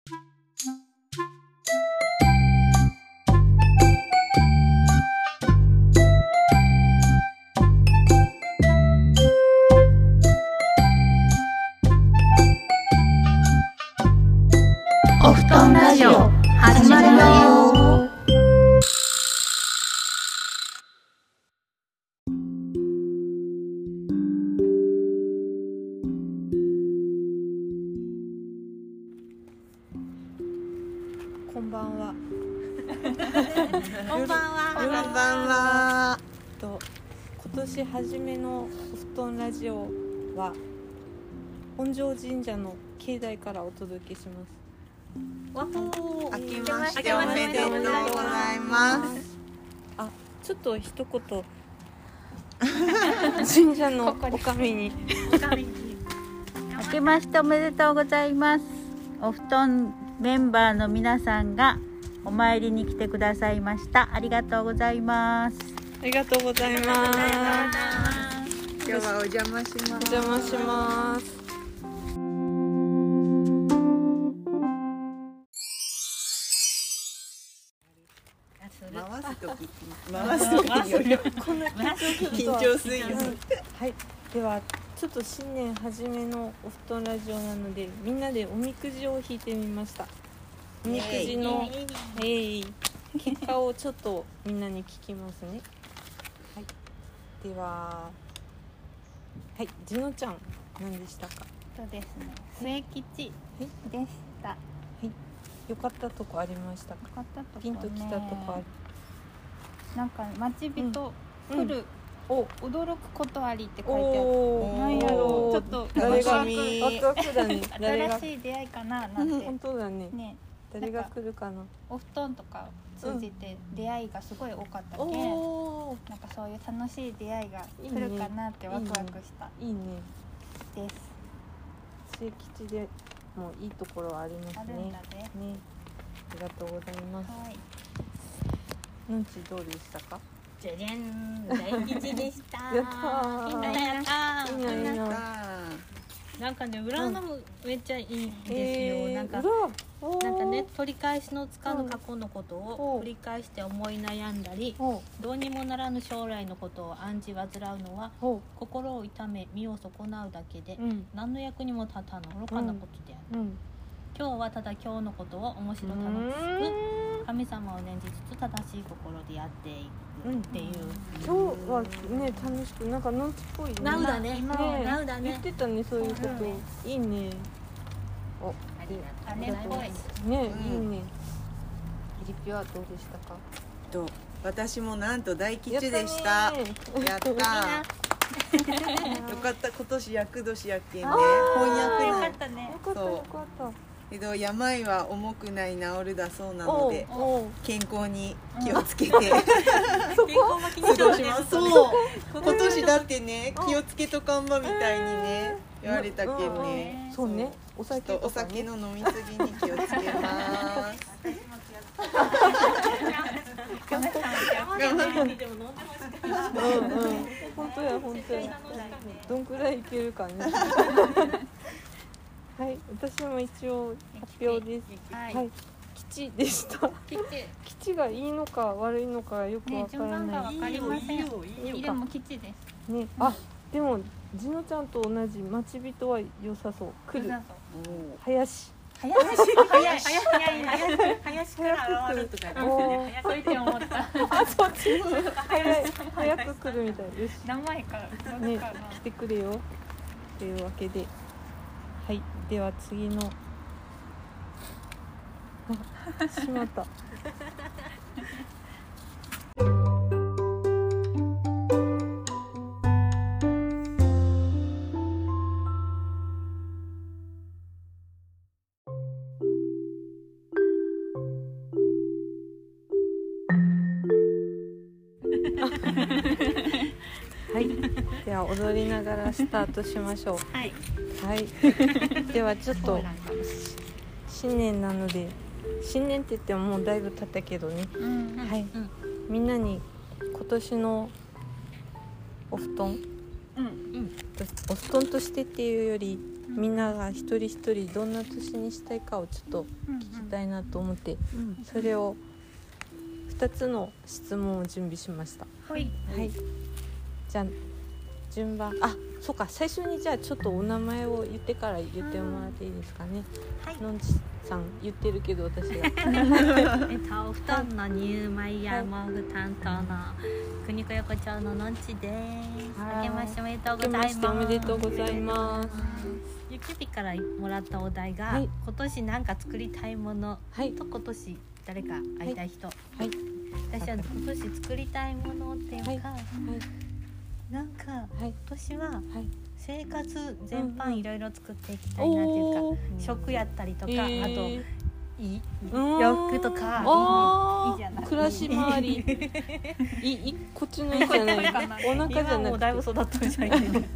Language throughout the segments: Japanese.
お布団ラジオ始まるよ。 こんばんは。 こんばんは。 こんばんは。 今年初めのお布団ラジオは本庄神社の境内からお届けします。 わほー。 明けましておめでとうございます。 あ、ちょっと一言神社のお神に明けましておめでとうございます。お布団メンバーの皆さんがお参りに来てくださいました。ありがとうございます。 ありがとうございます。 今日はお邪魔します。 お邪魔します。 回す時よりこんな緊張するよ。 はい、ではちょっと新年初めのお布団ラジオなのでみんなでおみくじを引いてみました。おみくじの結果をちょっとみんなに聞きますね。はい、でははい、じのちゃん何でしたか？ そうですね、末吉でした。 はい、よかったとこありましたか？ よかったとこね、 ピンときたとこある？ なんか待ち人来る、 お、 驚くことありって書いてあって、 おー、 なんやろう、ちょっと誰が楽しみワクワクだね。誰が新しい出会いかななんて本当だね。 ね、 誰が来るかな。 お布団とかを通じて出会いがすごい多かったけん、 おー、 なんかそういう楽しい出会いが来るかなってワクワクしたいいね。 です。 末吉でもいいところはありますね。 あるんだね。 ね、ありがとうございます。 はい。 のんちどうでしたか？ じゃじゃん、大吉でした。 やったー。 やったいいな、いいな。 なんかね、占うのもめっちゃいいんですよ。なんかね、取り返しのつかぬ過去のことを繰り返して思い悩んだり、どうにもならぬ将来のことを案じ患うのは心を痛め身を損なうだけで、何の役にも立たぬ愚かなことである。今日はただ今日のことを面白楽しく神様を念じつつ正しい心でやっていくっていう、 今日はね、楽しく、なんかのんちっぽいね。 ナウだね、ナウだね。 言ってたね、そういうこと。いいね。お、 ありがとう。姉っぽい。 ね、いいね。リリピはどうでしたか？ 私もなんと大吉でした。やったよかった、今年厄年やっけんね。翻訳よのかったね。 よかった、よかった。 けど病は重くない治るだそうなので健康に気をつけてそこ過ごします。そう、今年だってね、気をつけとかんばみたいにね言われたけんね。 そうね、お酒お酒の飲みすぎに気をつけます。 本当や、本当や。どんくらいいけるかね。はい、私も一応発表です。はい、吉でした。吉がいいのか悪いのかよくわからない。 順番がわかりません。でも吉です。 ね、あ、でもじのちゃんと同じ待ち人は良さそう。来る。林。 林から現るとかそう言って思った。 あ、そっち。早く来るみたい。よし。 名前からね、来てくれよ。というわけで、はい、では次の。しまった。はい、では踊りながらスタートしましょう。 はい。 はい。ではちょっと新年なので、新年って言ってももうだいぶ経ったけどね。はい。みんなに今年のお布団、お布団としてっていうよりみんなが一人一人どんな年にしたいかをちょっと聞きたいなと思って、それを2つの質問を準備しました。 はい、 はい、じゃあ順番、そうか、最初にじゃあちょっとお名前を言ってから言ってもらっていいですかね。 はい、 のんちさん言ってるけど私がお布団の入米や毛布担当の国子横丁ののんちです。あけましておめでとうございます。 おめでとうございます。 ゆきぴからもらったお題が、今年なんか作りたいものと、今年誰か会いたい人、私は今年作りたいものっていうか、なんか今年は生活全般いろいろ作っていきたいなっていうか、食やったりとか、あと洋服とか、いいじゃない、 暮らし回りこっちのいいじゃないお腹じゃなくて、今もうだいぶ育ったんじゃないけど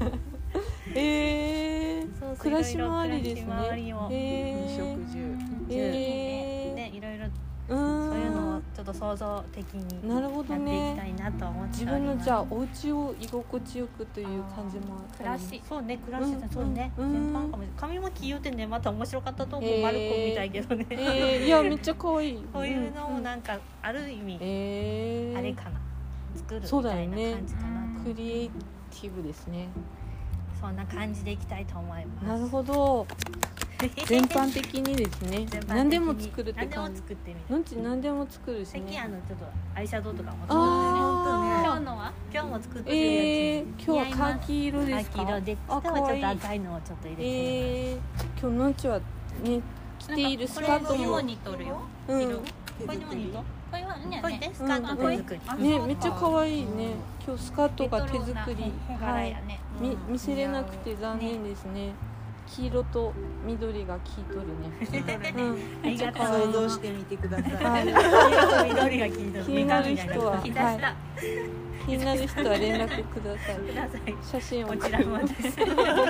暮らし回りですね。 衣食住ね、いろいろそういうのをちょっと想像的にやっていきたいなと思っております。 自分のじゃあお家を居心地よくという感じも暮らし、そうね、暮らしだ、そうね、全般かも。髪も切言うてね、また面白かったと思う、マルコみたいけどね。 いやめっちゃ可愛い。 こういうのもなんかある意味あれかな、作るみたいな感じかな。 クリエイティブですね。 そんな感じでいきたいと思います。 なるほど。全般的にですね。何でも作るって感じ。 何でも作ってみる。 のんち何でも作るしね。 最近ちょっとアイシャドウとかも作ってね。今日も作ってるやつ。 今日はカーキ色ですか。 カーキ色で、今日はちょっと赤いのをちょっと入れて。 今日のんちはね着ているスカートも似とるよ。 これにも似と。これはね、スカート手作り。 ね、めっちゃ可愛いね。今日スカートが手作り。見せれなくて残念ですね。黄色と緑が効いとるね。 めっちゃ想像してみてください。 緑が効いとる。 気になる人は気になる人は連絡ください。写真をこちらもです。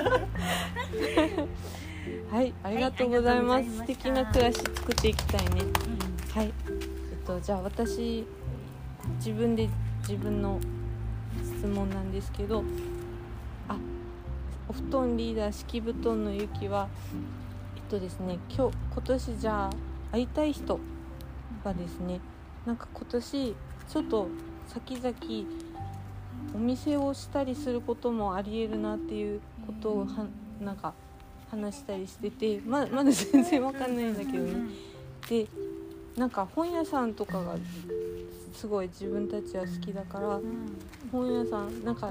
はい、ありがとうございます。素敵な暮らし作っていきたいね。はい。じゃあ私自分の質問なんですけど、お布団リーダー敷布団のゆきはですね、今年じゃあ会いたい人はですね、なんか今年ちょっと先々お店をしたりすることもありえるなっていうことをなんか話したりしてて、まだ全然わかんないんだけどね。でなんか本屋さんとかがすごい自分たちは好きだから、本屋さんなんか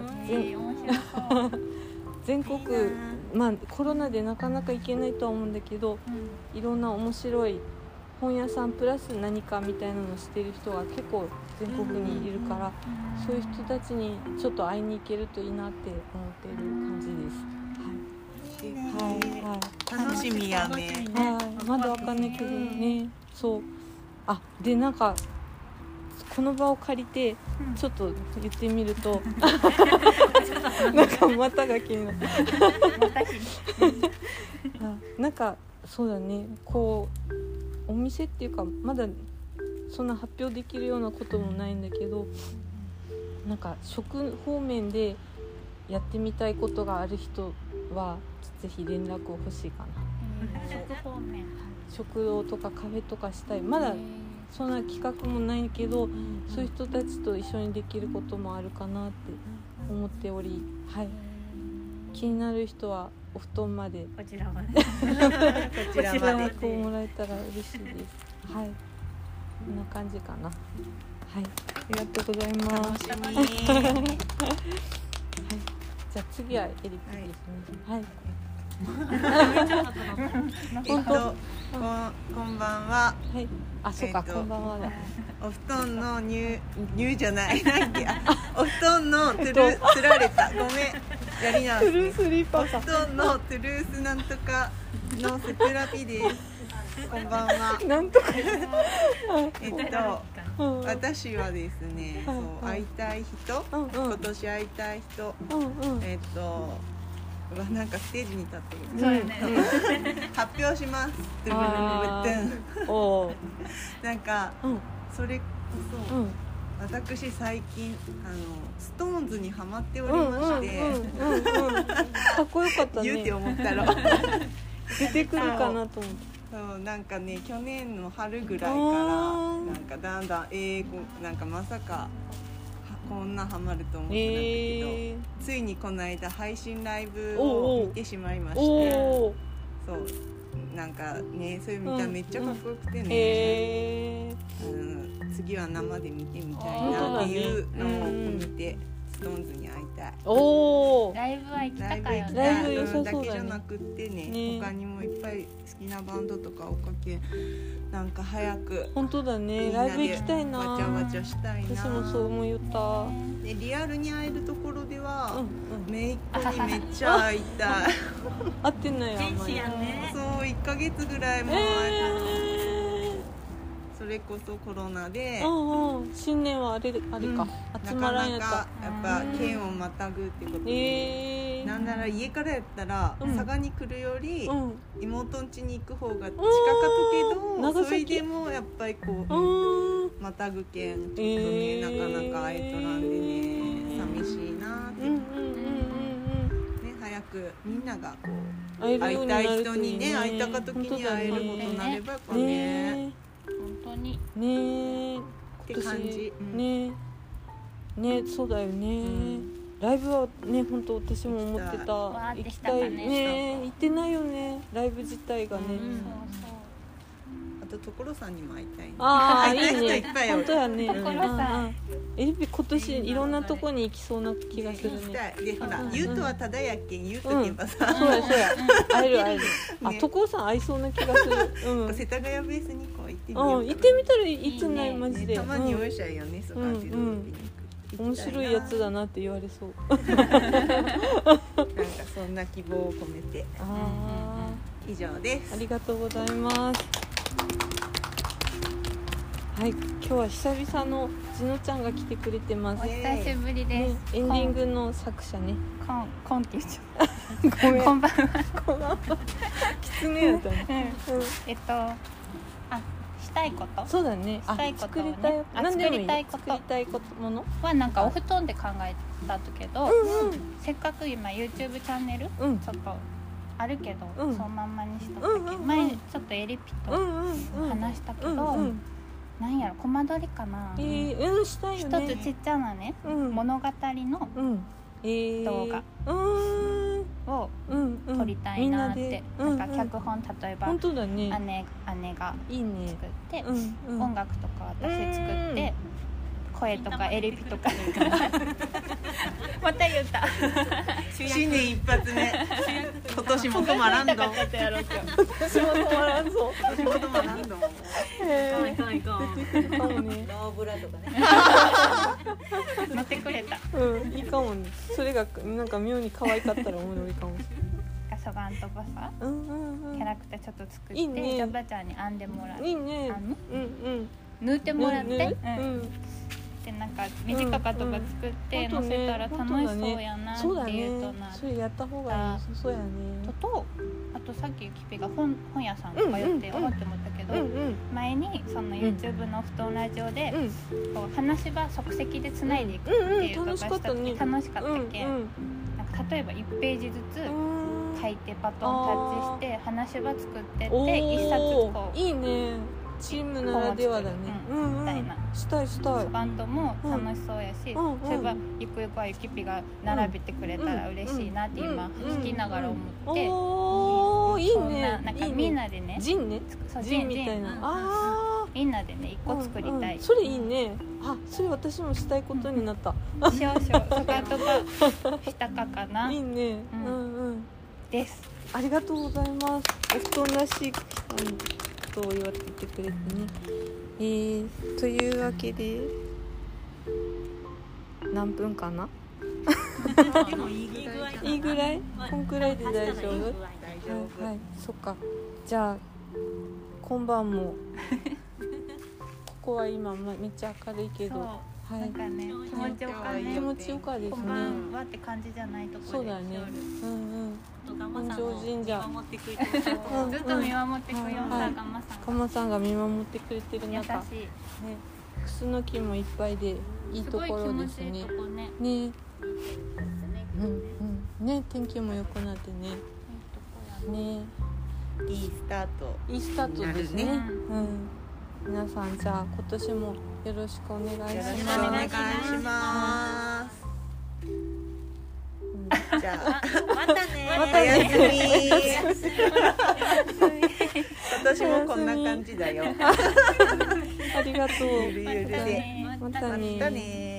全国、コロナでなかなか行けないとは思うんだけど、いろんな面白い本屋さんプラス何かみたいなのをしてる人が結構全国にいるから、そういう人たちにちょっと会いに行けるといいなって思っている感じです。 楽しみやね。 まだわかんないけどね。そう。でなんかこの場を借りてちょっと言ってみると、なんか股が気になってなんかそうだね、こうお店っていうかまだそんな発表できるようなこともないんだけど、なんか食方面でやってみたいことがある人はぜひ連絡を欲しいかな。 食方面、 食堂とかカフェとかしたい。まだそんな企画もないけど、そういう人たちと一緒にできることもあるかなって思っており、気になる人はお布団までこちらまで連絡をもらえたら嬉しいです。こんな感じかな。ありがとうございます。 楽しみ。 じゃあ次はエリックですね。 こんばんは。 そうか、こんばんはだ。 お布団のニュじゃないなんだっけ、お布団のトゥルつられた、ごめん、やり直す。 トゥルースリーパーさん。 お布団のトゥルースなんとかのセプラピです。こんばんは。 なんとか。 私はですね、会いたい人、今年会いたい人、なんかステージに立ってる。 そうよね。 発表します。なんかそれこそ私最近ストーンズにハマっておりまして、 かっこよかったね。 言うて思ったら出てくるかなと思って。 そうなんかね去年の春ぐらいからなんかだんだん英語なんかまさかこんなハマると思ってなかったけど、ついにこの間配信ライブを見てしまいまして、そうなんかねそういう見たらめっちゃかっこよくてね、次は生で見てみたいなっていうのを見て、ストーンズに会いたい。 ライブは行きたかよね。 ライブ良さそうだね。 だけじゃなくってね、他にもいっぱい好きなバンドとか追っかけ、なんか早く本当だね、ライブ行きたいな。 わちゃわちゃしたいな。 私もそう思いよった。 でリアルに会えるところでは、姪っ子にめっちゃ会いたい。 会ってないあんまり。 そう1ヶ月ぐらいも会えた。それこそコロナで、 新年はあれか、集まらんやった。 なかなかやっぱ県をまたぐってことで、なんなら家からやったら佐賀に来るより妹ん家に行く方が近かったけど、それでもやっぱりこうまたぐ県ちょっとねなかなか会えとらんでね寂しいなってね、早くみんながこう会いたい人にね会いたか時に会えることになればやっぱね本当にねって感じね、そうだよね。ライブはね本当私も思ってた。行きたいね。行ってないよねライブ自体がね。あと所さんにも会いたい。 ああいいね。 本当やね。所さん。エリピ今年いろんなとこに行きそうな気がするね。 でほら言うとはただやけん言うとけばさ。 そうや。会える。あ所さん会いそうな気がする。 世田谷ベースにこう行ってみよう。 行ってみたらいつないマジで。 たまにおいしゃいよねそう感じで。 面白いやつだなって言われそう。 なんかそんな希望を込めて。以上です。 ありがとうございます。はい、今日は久々のじのちゃんが来てくれてます。 お久しぶりです。 エンディングの作者ね。 コンって言っちゃう。こんばんは。 きつねやったね。 したいこと。 そうだね。 したいことをね。 作りたいこと。 作りたいものはなんかお布団で考えたけど、せっかく今 YouTube チャンネルちょっとあるけど、そのまんまにしとったけど、前ちょっとエリピと話したけど、なんやろコマ撮りかな。 したいよね。 一つちっちゃなね物語の動画を撮りたいなって、なんか脚本例えば姉が作って音楽とか私作って声とかエレピとかまた言った新年一発目今年も止まらんど今年も止まらんぞ今年も止まらんどいかんノーブラとかね乗ってくれたいいかもね。それがなんか妙に可愛かったらおもろいかも。 ソガンとバサキャラクターちょっと作ってジョバちゃんに編んでもらって縫ってもらってでなんか短かとか作って載せたら楽しそうやなっていうとなそれやった方がいいそうやね。 とあとさっきキピが本屋さんとか寄って思って思ったけど前にその YouTube の布団ラジオでこう話場即席でつないでいくっていうのがした時楽しかったけんなんか例えば1ページずつ書いてバトンタッチして話場作ってって一冊こういいね。チームならではだね。 みたいな。 したい。 バンドも楽しそうやし、そういえばゆくゆくはゆきぴが並べてくれたら嬉しいなって今聞きながら思って。 いいね。 なんかみんなでね。 ジンみたいな。 みんなでね一個作りたい。 それいいね。あ、それ私もしたいことになった。 しよう。とかしたかな。 いいね。 です。 ありがとうございます。お布団らしいことを言われてくれてね。というわけで何分かな？いいぐらい？こんくらいで大丈夫？はい、そっか。じゃあ今晩もここは今めっちゃ明るいけど。 なんかね気持ちよかね。 気持ちよかですね。 こんばんはって感じじゃないところで。 そうだね。本庄神社。 ずっと見守ってくれよさガマさん。 ガマさんが見守ってくれてる中。 優しい。 クスノキもいっぱいでいいところですね。 すごい気持ちいいとこね。 ね、ね、天気も良くなってね。ね、 いいスタート。 いいスタートですね。 なるね。 皆さんじゃあ今年もよろしくお願いします。 よろしくお願いします。じゃあまたね。 おやすみ。今年もこんな感じだよ。 ありがとう。 ゆるゆるで。 またね。 またね。